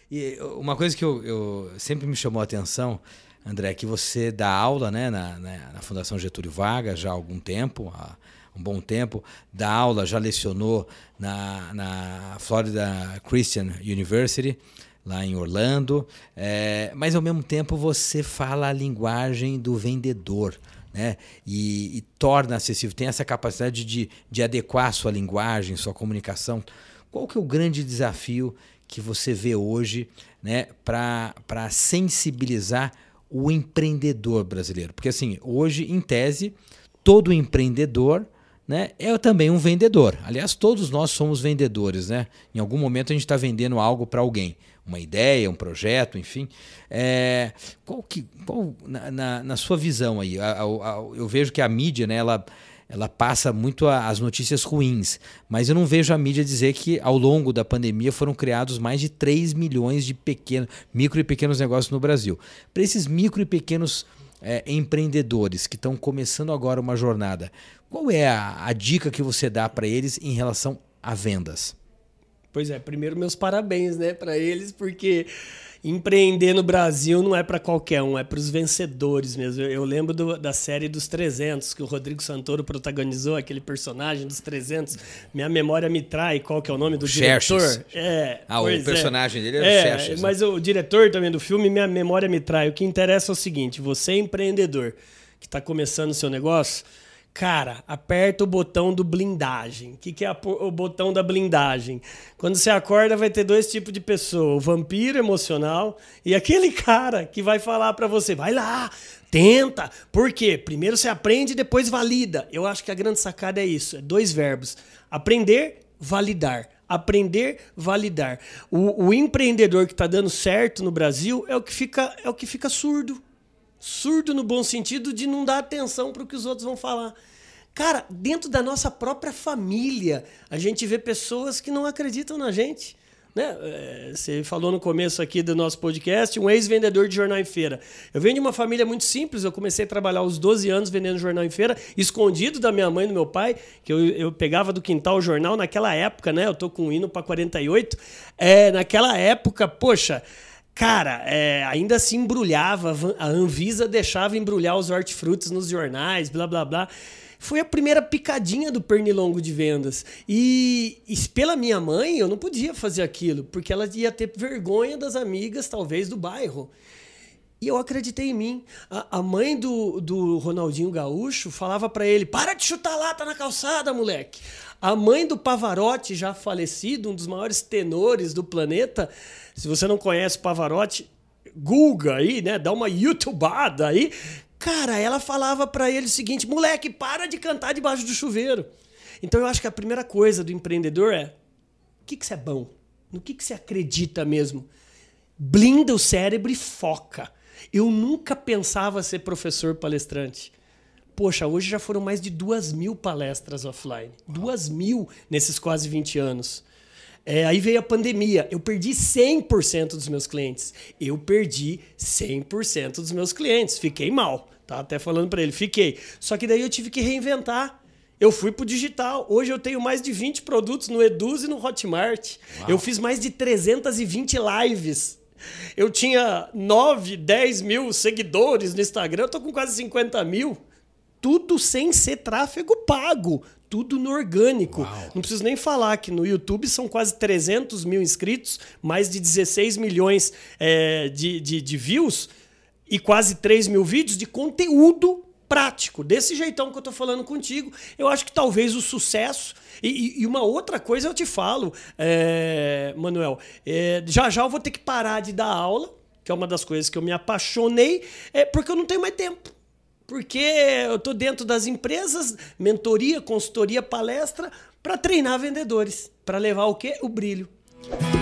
E uma coisa que eu sempre me chamou a atenção, André, é que você dá aula, né, na Fundação Getúlio Vargas já há algum tempo, há um bom tempo, dá aula, já lecionou na Florida Christian University, lá em Orlando, mas ao mesmo tempo você fala a linguagem do vendedor, né? E torna acessível, tem essa capacidade de adequar a sua linguagem, sua comunicação. Qual que é o grande desafio que você vê hoje, né, para sensibilizar o empreendedor brasileiro? Porque assim, hoje, em tese, todo empreendedor, né, é também um vendedor. Aliás, todos nós somos vendedores, né? Em algum momento a gente está vendendo algo para alguém. Uma ideia, um projeto, enfim. Na sua visão aí, eu vejo que a mídia, né, ela passa muito as notícias ruins, mas eu não vejo a mídia dizer que ao longo da pandemia foram criados mais de 3 milhões de micro e pequenos negócios no Brasil. Para esses micro e pequenos empreendedores que estão começando agora uma jornada, qual é a dica que você dá para eles em relação a vendas? Pois é, primeiro meus parabéns, né, para eles, porque empreender no Brasil não é para qualquer um, é para os vencedores mesmo. Eu lembro da série dos 300, que o Rodrigo Santoro protagonizou, aquele personagem dos 300. Minha memória me trai, qual que é o nome do diretor? O personagem dele era o Xerxes. Mas o diretor também do filme, minha memória me trai. O que interessa é o seguinte, você é empreendedor que está começando o seu negócio, cara, aperta o botão do blindagem. O que é o botão da blindagem? Quando você acorda, vai ter 2 tipos de pessoa. O vampiro emocional e aquele cara que vai falar pra você, vai lá, tenta. Por quê? Primeiro você aprende e depois valida. Eu acho que a grande sacada é isso. É 2 verbos. Aprender, validar. Aprender, validar. O empreendedor que está dando certo no Brasil é o que fica surdo. Surdo no bom sentido de não dar atenção para o que os outros vão falar. Cara, dentro da nossa própria família, a gente vê pessoas que não acreditam na gente. Né? Você falou no começo aqui do nosso podcast, um ex-vendedor de jornal em feira. Eu venho de uma família muito simples, eu comecei a trabalhar aos 12 anos vendendo jornal em feira, escondido da minha mãe e do meu pai, que eu pegava do quintal o jornal naquela época, né? Eu tô com um hino para 48. Naquela época, poxa... Cara, ainda se embrulhava, a Anvisa deixava embrulhar os hortifrutis nos jornais, blá, blá, blá. Foi a primeira picadinha do pernilongo de vendas. E pela minha mãe, eu não podia fazer aquilo, porque ela ia ter vergonha das amigas, talvez, do bairro. E eu acreditei em mim. A mãe do Ronaldinho Gaúcho falava pra ele, para de chutar lata na calçada, moleque. A mãe do Pavarotti, já falecido, um dos maiores tenores do planeta, se você não conhece o Pavarotti, google aí, né? Dá uma youtubada aí. Cara, ela falava pra ele o seguinte, moleque, para de cantar debaixo do chuveiro. Então eu acho que a primeira coisa do empreendedor é, o que você é bom? No que você acredita mesmo? Blinda o cérebro e foca. Eu nunca pensava ser professor palestrante. Poxa, hoje já foram mais de 2.000 palestras offline. 2.000 nesses quase 20 anos. Aí veio a pandemia. Eu perdi 100% dos meus clientes. Eu perdi 100% dos meus clientes. Fiquei mal. Tá até falando para ele. Fiquei. Só que daí eu tive que reinventar. Eu fui pro digital. Hoje eu tenho mais de 20 produtos no Eduz e no Hotmart. Uau. Eu fiz mais de 320 lives. Eu tinha 9, 10 mil seguidores no Instagram. Eu tô com quase 50 mil. Tudo sem ser tráfego pago. Tudo no orgânico. Uau. Não preciso nem falar que no YouTube são quase 300 mil inscritos, mais de 16 milhões de views e quase 3 mil vídeos de conteúdo prático. Desse jeitão que eu tô falando contigo, eu acho que talvez o sucesso... E uma outra coisa eu te falo, Manuel, já eu vou ter que parar de dar aula, que é uma das coisas que eu me apaixonei, porque eu não tenho mais tempo. Porque eu tô dentro das empresas, mentoria, consultoria, palestra, para treinar vendedores, para levar o quê? O brilho.